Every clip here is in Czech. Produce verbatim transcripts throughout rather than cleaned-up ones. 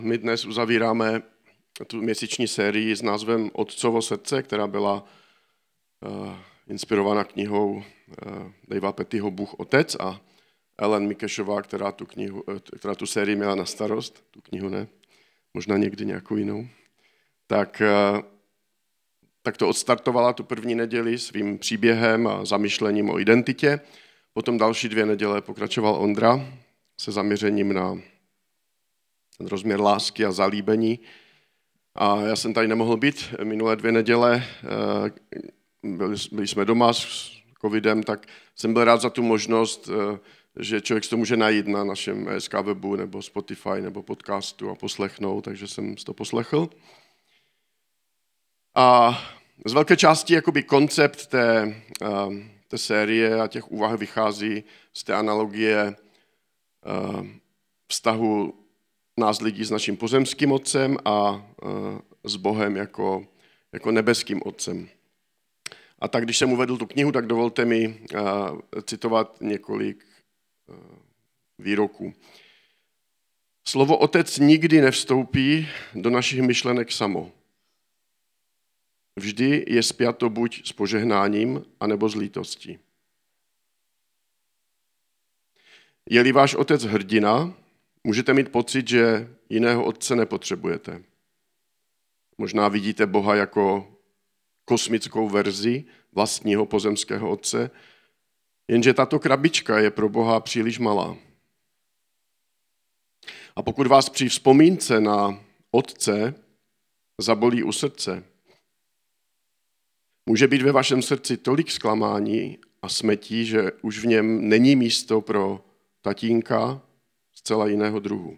My dnes uzavíráme tu měsíční sérii s názvem Otcovo srdce, která byla uh, inspirována knihou uh, Davea Pettyho Bůh Otec a Ellen Mikešová, která tu, knihu, která tu sérii měla na starost, tu knihu ne, možná někdy nějakou jinou, tak, uh, tak to odstartovala tu první neděli svým příběhem a zamyšlením o identitě. Potom další dvě neděle pokračoval Ondra se zaměřením na ten rozměr lásky a zalíbení. A já jsem tady nemohl být minulé dvě neděle, byli, byli jsme doma s covidem, tak jsem byl rád za tu možnost, že člověk to může najít na našem E S K webu nebo Spotify nebo podcastu a poslechnout, takže jsem to poslechl. A z velké části jakoby koncept té, té série a těch úvah vychází z té analogie vztahu nás lidí s naším pozemským otcem a s Bohem jako, jako nebeským otcem. A tak, když jsem uvedl tu knihu, tak dovolte mi citovat několik výroků. Slovo otec nikdy nevstoupí do našich myšlenek samo. Vždy je spjato buď s požehnáním, anebo s lítostí. Je-li váš otec hrdina, můžete mít pocit, že jiného otce nepotřebujete. Možná vidíte Boha jako kosmickou verzi vlastního pozemského otce, jenže tato krabička je pro Boha příliš malá. A pokud vás při vzpomínce na otce zabolí u srdce, může být ve vašem srdci tolik zklamání a smetí, že už v něm není místo pro tatínka zcela jiného druhu.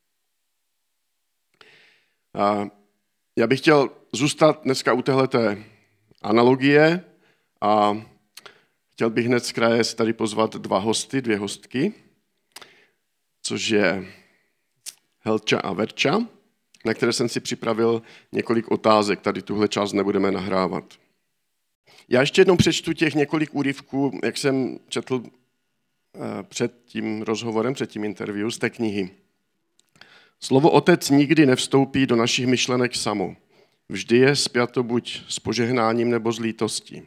A já bych chtěl zůstat dneska u téhleté analogie a chtěl bych hned z kraje tady pozvat dva hosty, dvě hostky, což je Helča a Verča, na které jsem si připravil několik otázek, tady tuhle část nebudeme nahrávat. Já ještě jednou přečtu těch několik úryvků, jak jsem četl před tím rozhovorem, před tím interview z té knihy. Slovo otec nikdy nevstoupí do našich myšlenek samo. Vždy je spjato buď s požehnáním nebo s lítostí.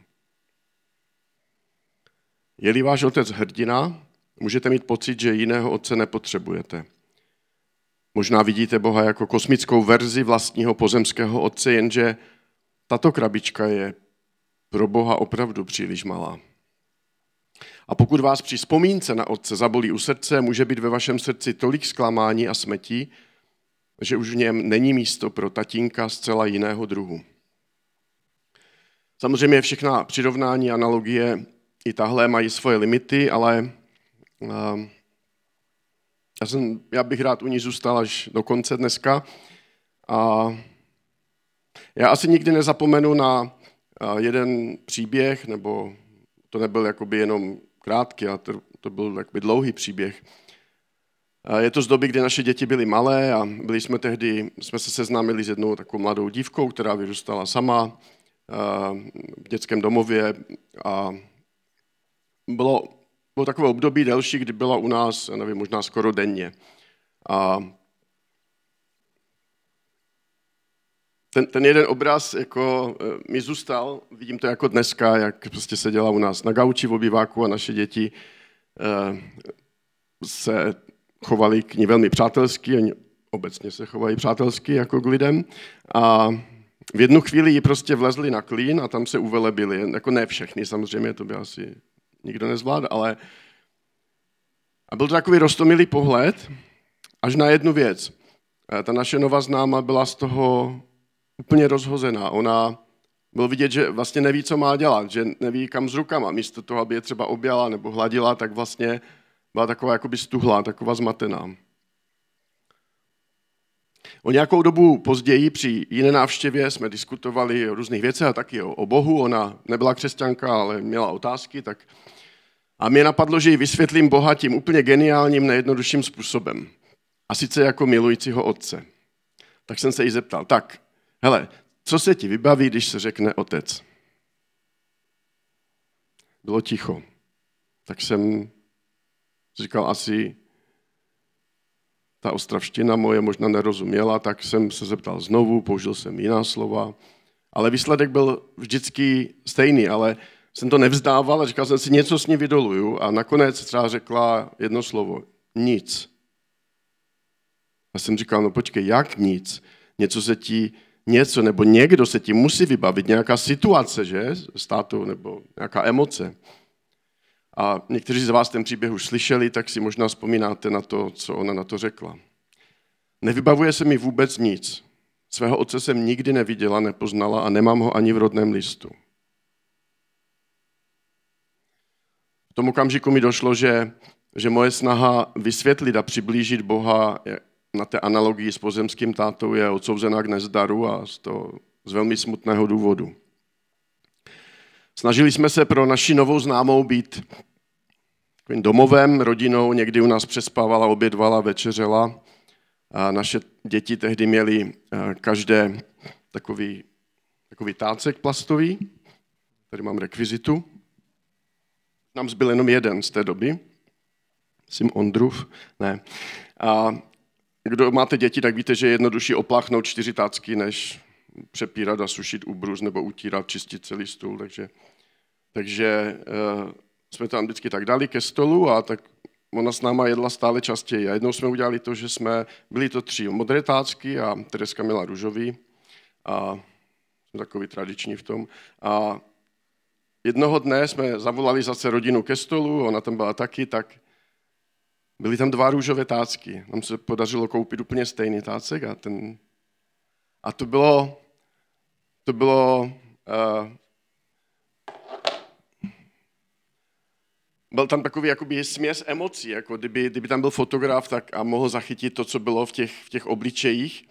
Je-li váš otec hrdina, můžete mít pocit, že jiného otce nepotřebujete. Možná vidíte Boha jako kosmickou verzi vlastního pozemského otce, jenže tato krabička je pro Boha opravdu příliš malá. A pokud vás při vzpomínce na otce zabolí u srdce, může být ve vašem srdci tolik zklamání a smetí, že už v něm není místo pro tatínka zcela jiného druhu. Samozřejmě všechna přirovnání, analogie i tahle mají svoje limity, ale uh, já, jsem, já bych rád u ní zůstal až do konce dneska. A já asi nikdy nezapomenu na uh, jeden příběh, nebo to nebyl jakoby jenom krátký, ale to, to byl jakoby dlouhý příběh. Je to z doby, kdy naše děti byly malé a byli jsme tehdy, jsme se seznámili s jednou takovou mladou dívkou, která vyrůstala sama v dětském domově a bylo, bylo takové období delší, kdy byla u nás, nevím, možná skoro denně. A ten, ten jeden obraz jako mi zůstal, vidím to jako dneska, jak prostě seděla u nás na gauči v obýváku a naše děti se chovali k ní velmi přátelsky, oni obecně se chovají přátelsky jako k lidem a v jednu chvíli ji prostě vlezli na klín a tam se uvelebili, jako ne všechny samozřejmě, to by asi nikdo nezvládl, ale a byl to takový roztomilý pohled až na jednu věc. Ta naše nová známa byla z toho úplně rozhozená, ona bylo vidět, že vlastně neví, co má dělat, že neví kam s rukama, místo toho, aby je třeba objala nebo hladila, tak vlastně byla taková jakoby stuhlá, taková zmatená. O nějakou dobu později při jiné návštěvě jsme diskutovali o různých věcech a taky o, o Bohu. Ona nebyla křesťanka, ale měla otázky. Tak... A mě napadlo, že jí vysvětlím Boha tím úplně geniálním, nejjednodušším způsobem. A sice jako milujícího otce. Tak jsem se jí zeptal, tak, hele, co se ti vybaví, když se řekne otec? Bylo ticho. Tak jsem říkal asi ta ostravština moje možná nerozuměla, tak jsem se zeptal znovu, použil jsem jiná slova, ale výsledek byl vždycky stejný, ale jsem to nevzdával a říkal jsem si, něco s ní vydoluju a nakonec třeba řekla jedno slovo, nic. A jsem říkal, no počkej, jak nic? Něco se ti, něco nebo někdo se ti musí vybavit, nějaká situace, že, státu nebo nějaká emoce. A někteří z vás ten příběh už slyšeli, tak si možná vzpomínáte na to, co ona na to řekla. Nevybavuje se mi vůbec nic. Svého otce jsem nikdy neviděla, nepoznala a nemám ho ani v rodném listu. V tom okamžiku mi došlo, že, že moje snaha vysvětlit a přiblížit Boha na té analogii s pozemským tátou je odsouzená k nezdaru a z, to, z velmi smutného důvodu. Snažili jsme se pro naši novou známou být takovým domovem, rodinou, někdy u nás přespávala, obědvala, večeřela. A naše děti tehdy měly každé takový, takový tácek plastový. Tady mám rekvizitu. Nám zbyl jenom jeden z té doby. Myslím Ondrův. Ne. A kdo máte děti, tak víte, že je jednodušší opláchnout čtyři tácky, než přepírat a sušit ubrus nebo utírat, čistit celý stůl. Takže, takže uh, jsme tam vždycky tak dali ke stolu a tak ona s náma jedla stále častěji. A jednou jsme udělali to, že jsme, byli to tři modré tácky a Tereska měla růžový. A jsme takový tradiční v tom. A jednoho dne jsme zavolali zase rodinu ke stolu, ona tam byla taky, tak byly tam dva růžové tácky. Nám se podařilo koupit úplně stejný tácek a ten... A to bylo... To bylo... Uh, byl tam takový jakoby směs emocí, jako kdyby, kdyby tam byl fotograf tak a mohl zachytit to, co bylo v těch, v těch obličejích.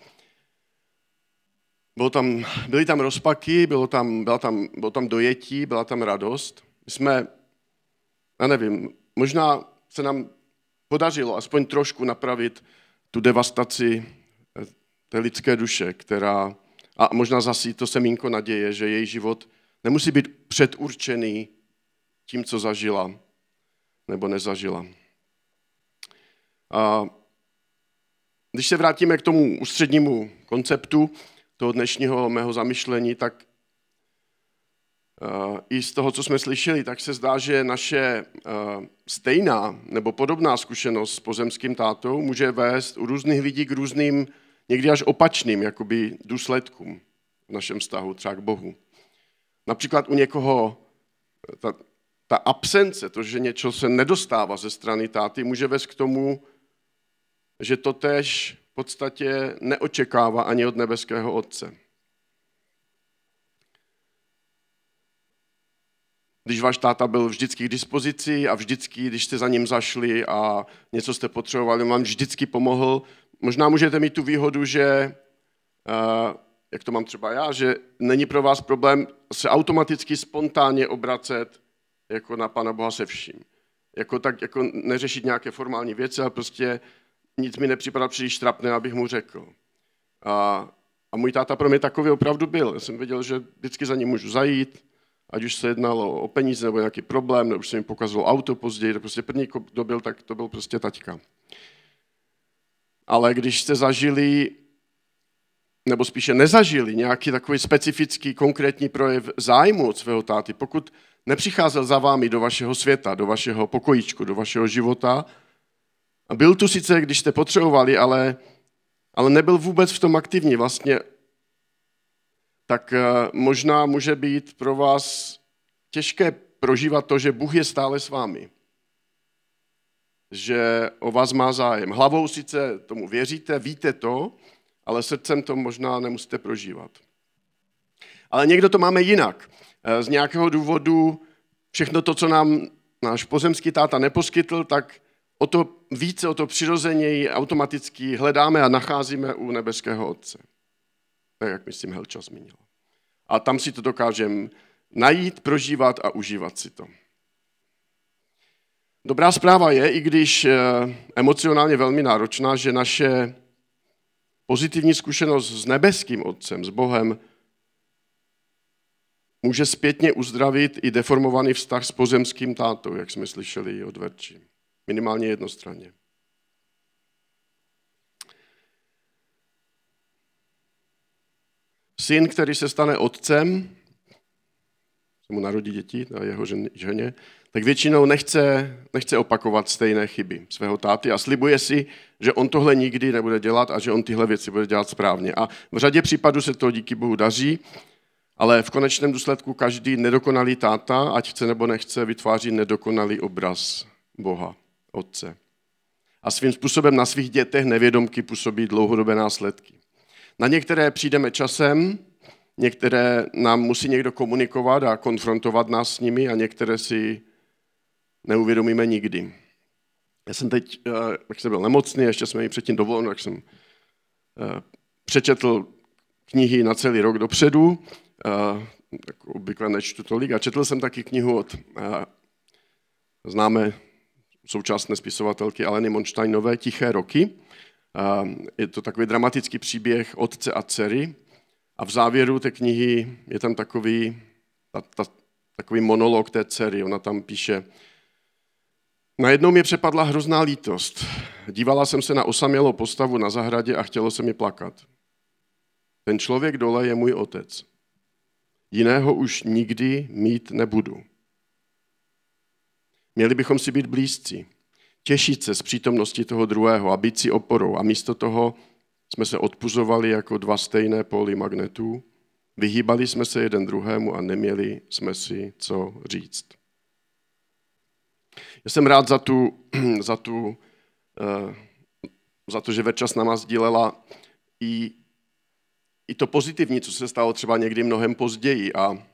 Bylo tam, byly tam rozpaky, bylo tam, byla tam, bylo tam dojetí, byla tam radost. My jsme, já nevím, možná se nám podařilo aspoň trošku napravit tu devastaci té lidské duše, která, a možná zasít to semínko naděje, že její život nemusí být předurčený tím, co zažila nebo nezažila. A když se vrátíme k tomu ústřednímu konceptu toho dnešního mého zamyšlení, tak uh, i z toho, co jsme slyšeli, tak se zdá, že naše uh, stejná nebo podobná zkušenost s pozemským tátou může vést u různých lidí k různým, někdy až opačným jakoby důsledkům v našem vztahu třeba k Bohu. Například u někoho ta, ta absence, to, že něco se nedostává ze strany táty, může vést k tomu, že to též v podstatě neočekává ani od nebeského Otce. Když váš táta byl vždycky k dispozici a vždycky, když jste za ním zašli a něco jste potřebovali, vám vždycky pomohl, možná můžete mít tu výhodu, že, jak to mám třeba já, že není pro vás problém se automaticky spontánně obracet jako na Pana Boha se vším. Jako tak, jako neřešit nějaké formální věci, ale prostě nic mi nepřipadá příliš trapné, abych mu řekl. A, a můj táta pro mě takový opravdu byl. Já jsem věděl, že vždycky za ním můžu zajít, ať už se jednalo o peníze nebo nějaký problém, nebo už se mi pokazilo auto později, tak prostě první, kdo byl, tak to byl prostě taťka. Ale když jste zažili, nebo spíše nezažili nějaký takový specifický, konkrétní projev zájmu od svého táty, pokud nepřicházel za vámi do vašeho světa, do vašeho pokojíčku, do vašeho života, a byl tu sice, když jste potřebovali, ale, ale nebyl vůbec v tom aktivní vlastně, tak možná může být pro vás těžké prožívat to, že Bůh je stále s vámi. Že o vás má zájem. Hlavou sice tomu věříte, víte to, ale srdcem to možná nemusíte prožívat. Ale někdo to máme jinak. Z nějakého důvodu všechno to, co nám náš pozemský táta neposkytl, tak o to více, o to přirozeněji automaticky hledáme a nacházíme u nebeského Otce. Tak, jak myslím, Helča zmínila. A tam si to dokážeme najít, prožívat a užívat si to. Dobrá zpráva je, i když emocionálně velmi náročná, že naše pozitivní zkušenost s nebeským Otcem, s Bohem, může zpětně uzdravit i deformovaný vztah s pozemským tátou, jak jsme slyšeli od Verči. Minimálně jednostranně. Syn, který se stane otcem, se mu narodí děti, a jeho ženě, tak většinou nechce, nechce opakovat stejné chyby svého táty a slibuje si, že on tohle nikdy nebude dělat a že on tyhle věci bude dělat správně. A v řadě případů se to díky Bohu daří, ale v konečném důsledku každý nedokonalý táta, ať chce nebo nechce, vytváří nedokonalý obraz Boha, Otce. A svým způsobem na svých dětech nevědomky působí dlouhodobé následky. Na některé přijdeme časem, některé nám musí někdo komunikovat a konfrontovat nás s nimi a některé si neuvědomíme nikdy. Já jsem teď, jak jsem byl nemocný, ještě jsme mi předtím dovolenou, jak jsem přečetl knihy na celý rok dopředu, tak obvykle nečtu tolik, a četl jsem taky knihu od známé současné spisovatelky Aleny Monštejnové Tiché roky. Je to takový dramatický příběh otce a dcery a v závěru té knihy je tam takový, ta, ta, takový monolog té dcery. Ona tam píše: najednou mě přepadla hrozná lítost. Dívala jsem se na osamělou postavu na zahradě a chtělo se mi plakat. Ten člověk dole je můj otec. Jiného už nikdy mít nebudu. Měli bychom si být blízcí, těšit se z přítomnosti toho druhého a být si oporou. A místo toho jsme se odpuzovali jako dva stejné póly magnetů, vyhýbali jsme se jeden druhému a neměli jsme si co říct. Já jsem rád za, tu, za, tu, za to, že Verča s náma sdílela i, i to pozitivní, co se stalo třeba někdy mnohem později. A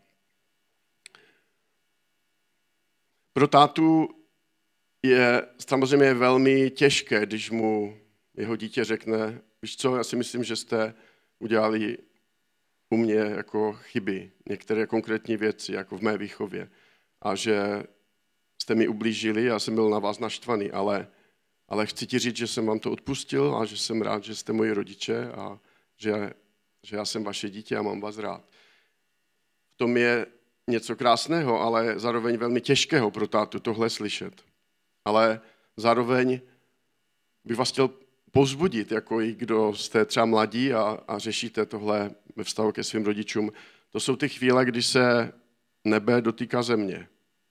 pro tátu je samozřejmě velmi těžké, když mu jeho dítě řekne: víš co, já si myslím, že jste udělali u mě jako chyby, některé konkrétní věci, jako v mé výchově, a že jste mi ublížili, já jsem byl na vás naštvaný, ale, ale chci ti říct, že jsem vám to odpustil a že jsem rád, že jste moji rodiče a že, že já jsem vaše dítě a mám vás rád. V tom je něco krásného, ale zároveň velmi těžkého pro tátu tohle slyšet. Ale zároveň bych vás chtěl povzbudit, jako i kdo jste třeba mladí a, a řešíte tohle ve vztahu ke svým rodičům. To jsou ty chvíle, kdy se nebe dotýká země.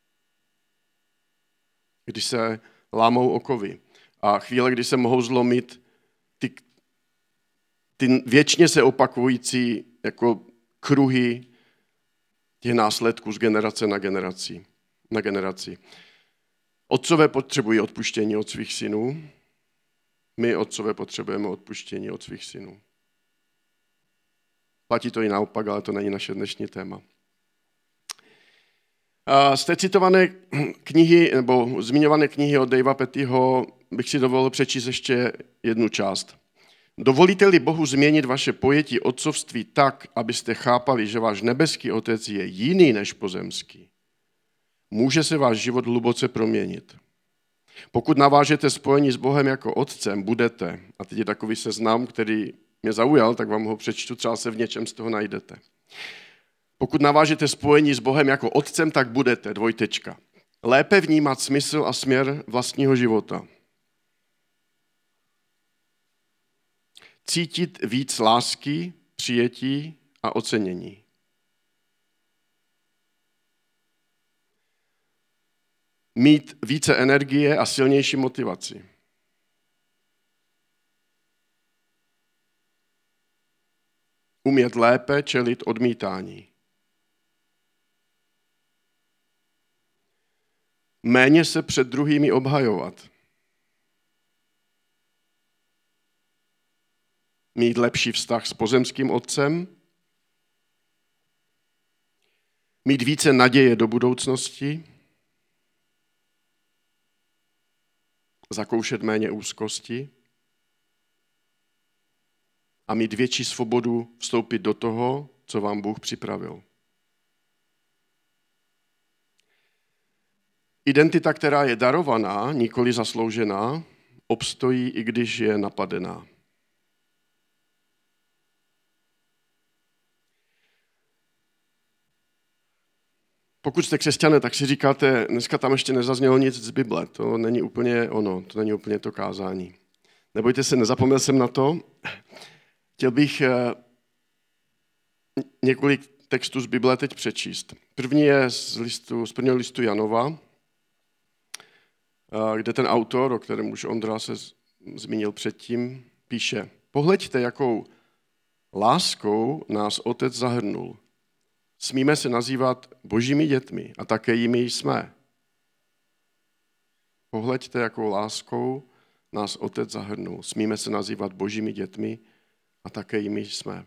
Kdy se lámou okovy. A chvíle, kdy se mohou zlomit ty, ty věčně se opakující jako kruhy těch následků z generace na generaci. Na generaci. Otcové potřebují odpuštění od svých synů. My, otcové, potřebujeme odpuštění od svých synů. Platí to i naopak, ale to není naše dnešní téma. Z té citované knihy, nebo zmiňované knihy od Davea Pettyho bych si dovolil přečíst ještě jednu část. Dovolíte-li Bohu změnit vaše pojetí otcovství tak, abyste chápali, že váš nebeský otec je jiný než pozemský, může se váš život hluboce proměnit. Pokud navážete spojení s Bohem jako otcem, budete, a teď je takový seznam, který mě zaujal, tak vám ho přečtu, třeba se v něčem z toho najdete. Pokud navážete spojení s Bohem jako otcem, tak budete, dvojtečka, lépe vnímat smysl a směr vlastního života. Cítit víc lásky, přijetí a ocenění. Mít více energie a silnější motivaci. Umět lépe čelit odmítání. Méně se před druhými obhajovat. Mít lepší vztah s pozemským otcem. Mít více naděje do budoucnosti. Zakoušet méně úzkosti. A mít větší svobodu vstoupit do toho, co vám Bůh připravil. Identita, která je darovaná, nikoli zasloužená, obstojí, i když je napadená. Pokud jste křesťané, tak si říkáte, dneska tam ještě nezaznělo nic z Bible, to není úplně ono, to není úplně to kázání. Nebojte se, nezapomněl jsem na to. Chtěl bych několik textů z Bible teď přečíst. První je z, listu, z prvního listu Janova, kde ten autor, o kterém už Ondra se zmínil předtím, píše: Pohleďte, jakou láskou nás Otec zahrnul. Smíme se nazývat božími dětmi a také jimi jsme. Pohleďte, jakou láskou nás Otec zahrnul. Smíme se nazývat božími dětmi a také jimi jsme.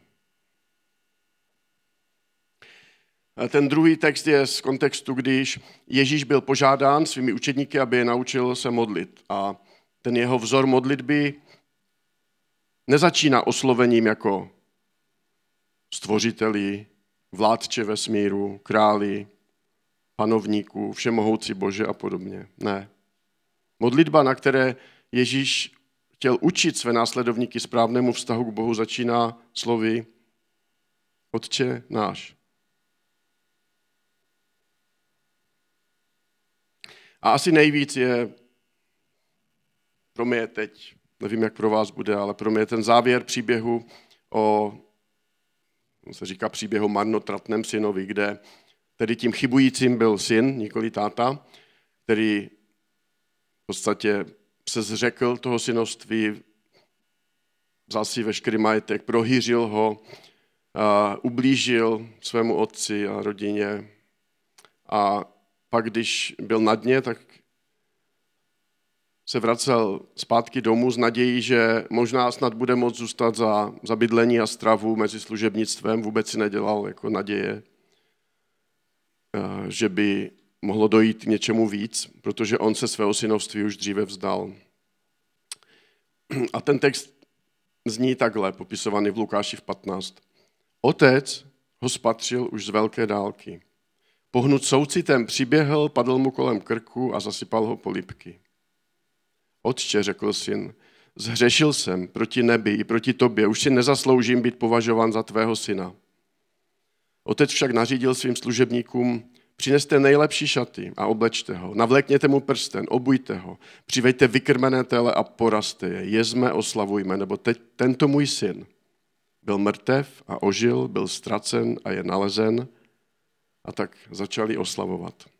Ten druhý text je z kontextu, když Ježíš byl požádán svými učedníky, aby je naučil se modlit. A ten jeho vzor modlitby nezačíná oslovením jako stvořiteli, vládče vesmíru, králi, panovníků, všemohoucí Bože a podobně. Ne. Modlitba, na které Ježíš chtěl učit své následovníky správnému vztahu k Bohu, začíná slovy Otče náš. A asi nejvíc je, pro mě teď, nevím, jak pro vás bude, ale pro mě ten závěr příběhu o, on se říká příběhu marnotratném synovi, kde tedy tím chybujícím byl syn, nikoli táta, který v podstatě se zřekl toho synoství, vzal si veškerý majetek, prohýřil ho, a ublížil svému otci a rodině. A pak, když byl na dně, tak se vracel zpátky domů s nadějí, že možná snad bude moct zůstat za, za bydlení a stravu mezi služebnictvem. Vůbec si nedělal jako naděje, že by mohlo dojít k něčemu víc, protože on se svého synovství už dříve vzdal. A ten text zní takhle, popisovaný v Lukáši v patnáct. Otec ho spatřil už z velké dálky. Pohnut soucitem přiběhl, padl mu kolem krku a zasypal ho polibky. Otče, řekl syn, zhřešil jsem proti nebi i proti tobě, už si nezasloužím být považován za tvého syna. Otec však nařídil svým služebníkům, přineste nejlepší šaty a oblečte ho, navlékněte mu prsten, obujte ho, přivejte vykrmené tele a porazte je, jezme, oslavujme, nebo teď tento můj syn byl mrtev a ožil, byl ztracen a je nalezen, a tak začali oslavovat.